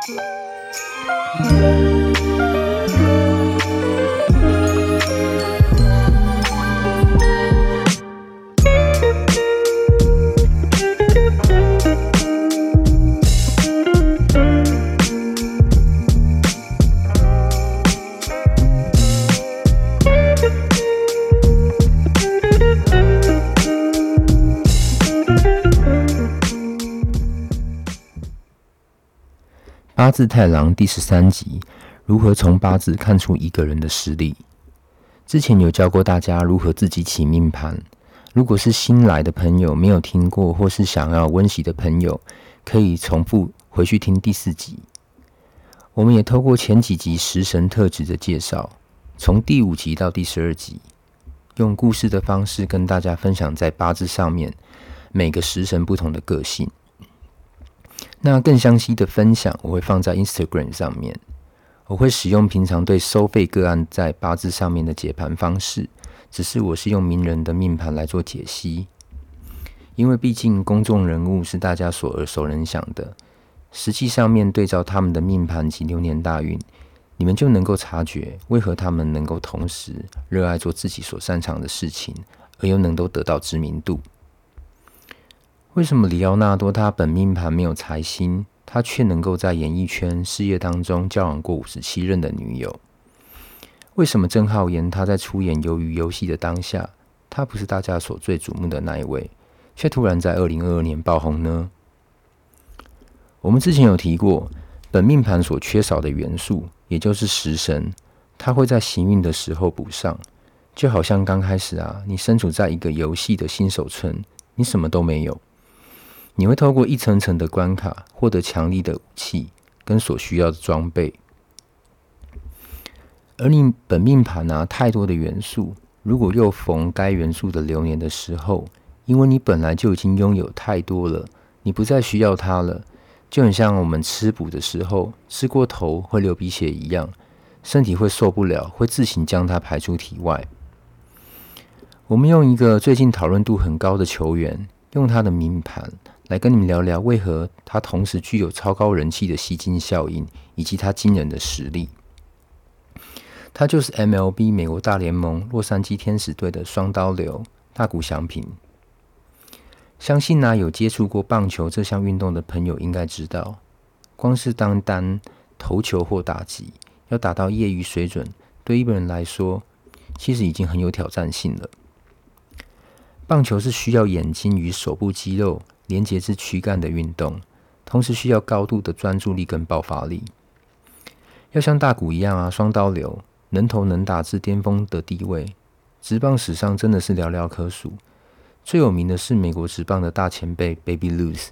八字太郎第13集，如何从八字看出一个人的实力。之前有教过大家如何自己起命盘，如果是新来的朋友没有听过，或是想要温习的朋友，可以重复回去听第4集。我们也透过前几集食神特质的介绍，从第5集到第12集，用故事的方式跟大家分享在八字上面每个食神不同的个性。那更详细的分享我会放在 Instagram 上面，我会使用平常对收费个案在八字上面的解盘方式，只是我是用名人的命盘来做解析，因为毕竟公众人物是大家所耳熟能详的，实际上面对照他们的命盘及流年大运，你们就能够察觉为何他们能够同时热爱做自己所擅长的事情，而又能够得到知名度。为什么里奥纳多他本命盘没有财星，他却能够在演艺圈事业当中交往过57任的女友？为什么郑浩妍他在出演鱿鱼游戏的当下，他不是大家所最瞩目的那一位，却突然在2022年爆红呢？我们之前有提过，本命盘所缺少的元素，也就是食神，它会在行运的时候补上。就好像刚开始你身处在一个游戏的新手村，你什么都没有，你会透过一层层的关卡获得强力的武器跟所需要的装备。而你本命盘太多的元素，如果又逢该元素的流年的时候，因为你本来就已经拥有太多了，你不再需要它了，就很像我们吃补的时候吃过头会流鼻血一样，身体会受不了，会自行将它排出体外。我们用一个最近讨论度很高的球员，用他的命盘来跟你们聊聊为何他同时具有超高人气的吸金效应，以及他惊人的实力。他就是 MLB 美国大联盟洛杉矶天使队的双刀流大谷翔平。相信有接触过棒球这项运动的朋友应该知道，光是单投球或打击要达到业余水准，对一般人来说其实已经很有挑战性了。棒球是需要眼睛与手部肌肉连接至躯干的运动，同时需要高度的专注力跟爆发力。要像大谷一样双刀流，能投能打至巅峰的地位，职棒史上真的是寥寥可数。最有名的是美国职棒的大前辈 Baby Ruth。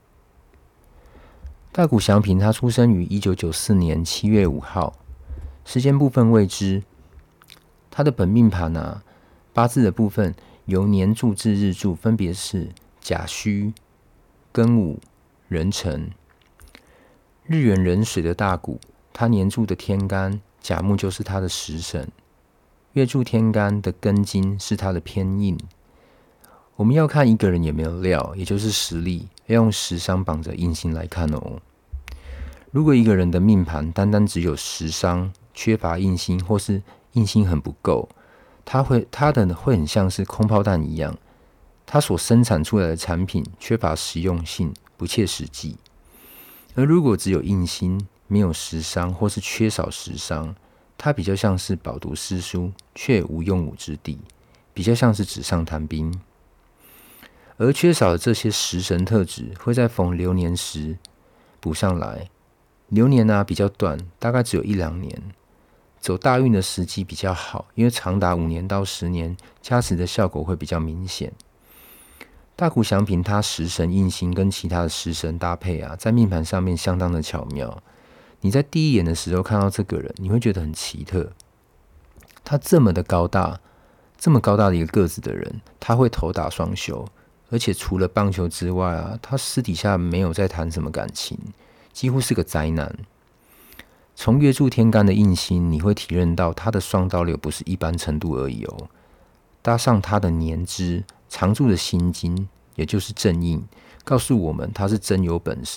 大谷翔平他出生于1994年7月5号，时间部分未知。他的本命盘八字的部分由年柱至日柱分别是甲戌、庚午、壬辰。日元壬水的大谷，他年柱的天干甲木就是他的食神，月柱天干的庚金是他的偏印。我们要看一个人有没有料，也就是实力，要用食伤绑着印星来看哦。如果一个人的命盘单单只有食伤，缺乏印星，或是印星很不够，他会很像是空炮弹一样，他所生产出来的产品缺乏实用性，不切实际。而如果只有印星，没有食伤，或是缺少食伤，它比较像是饱读诗书却无用武之地，比较像是纸上谈兵。而缺少的这些食神特质会在逢流年时补上来。流年比较短，大概只有1-2年，走大运的时机比较好，因为长达5年到10年，加持的效果会比较明显。大谷翔平他食神印星跟其他的食神搭配在命盘上面相当的巧妙。你在第一眼的时候看到这个人，你会觉得很奇特。他这么高大的一个个子的人，他会投打双修，而且除了棒球之外他私底下没有在谈什么感情，几乎是个宅男。从月柱天干的印星，你会体认到他的双刀流不是一般程度而已哦。搭上他的年支常驻的辛金，也就是正印，告诉我们他是真有本事，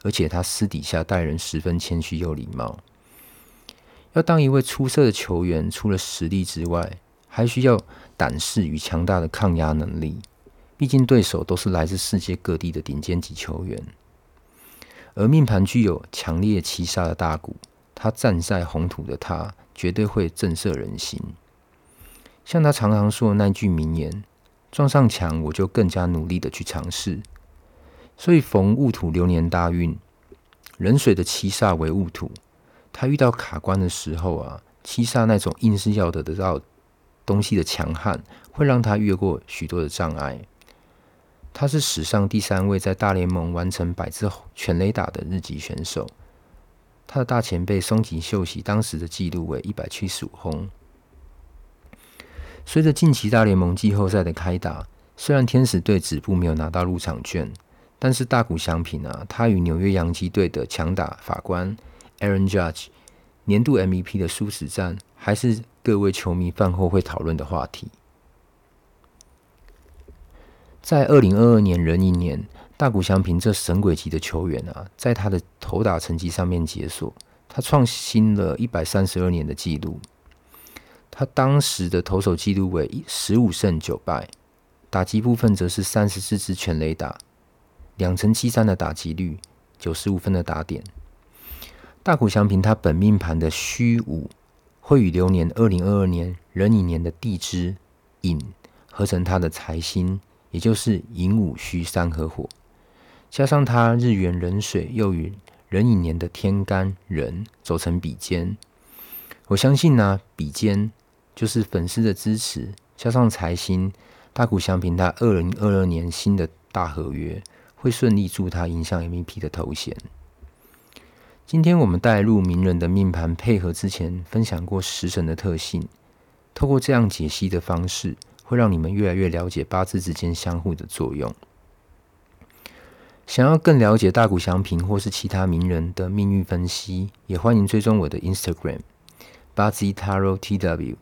而且他私底下待人十分谦虚又礼貌。要当一位出色的球员，除了实力之外，还需要胆识与强大的抗压能力。毕竟对手都是来自世界各地的顶尖级球员。而命盘具有强烈七杀的大鼓，他站在红土的他，绝对会震慑人心。像他常常说的那句名言：撞上墙，我就更加努力的去尝试。所以逢戊土流年大运，壬水的七煞为戊土，他遇到卡关的时候啊，七煞那种硬是要得到东西的强悍，会让他越过许多的障碍。他是史上第3位在大联盟完成100支全垒打的日籍选手。他的大前辈松井秀喜当时的纪录为175轰。随着近期大联盟季后赛的开打，虽然天使队止步没有拿到入场券，但是大谷翔平他与纽约洋基队的强打法官 Aaron Judge 年度 MVP 的殊死战，还是各位球迷饭后会讨论的话题。在2022年壬寅年，大谷翔平这神鬼级的球员在他的投打成绩上面解锁，他创新了132年的纪录。他当时的投手纪录为15胜9败，打击部分则是34支全垒打，2成73的打击率，95分的打点。大谷翔平他本命盘的戌午会与流年2022年壬寅年的地支寅合成他的财星，也就是寅午戌三合火，加上他日元壬水又与壬寅年的天干壬走成比肩。我相信比肩就是粉丝的支持，加上财星，大谷翔平他2022年新的大合约会顺利助他迎向 MVP 的头衔。今天我们带入名人的命盘，配合之前分享过食神的特性，透过这样解析的方式，会让你们越来越了解八字之间相互的作用。想要更了解大谷翔平或是其他名人的命运分析，也欢迎追踪我的 Instagram 八字 Tarot TW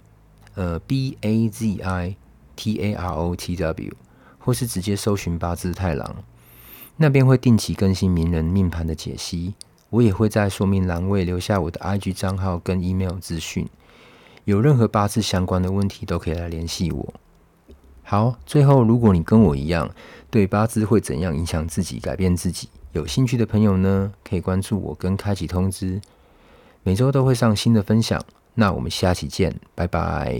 BAZITAROTW， 或是直接搜寻八字太郎，那边会定期更新名人命盘的解析。我也会在说明栏位留下我的 IG 账号跟 email 资讯，有任何八字相关的问题都可以来联系我。好，最后如果你跟我一样对八字会怎样影响自己、改变自己有兴趣的朋友呢，可以关注我跟开启通知，每周都会上新的分享。那我们下期见，拜拜。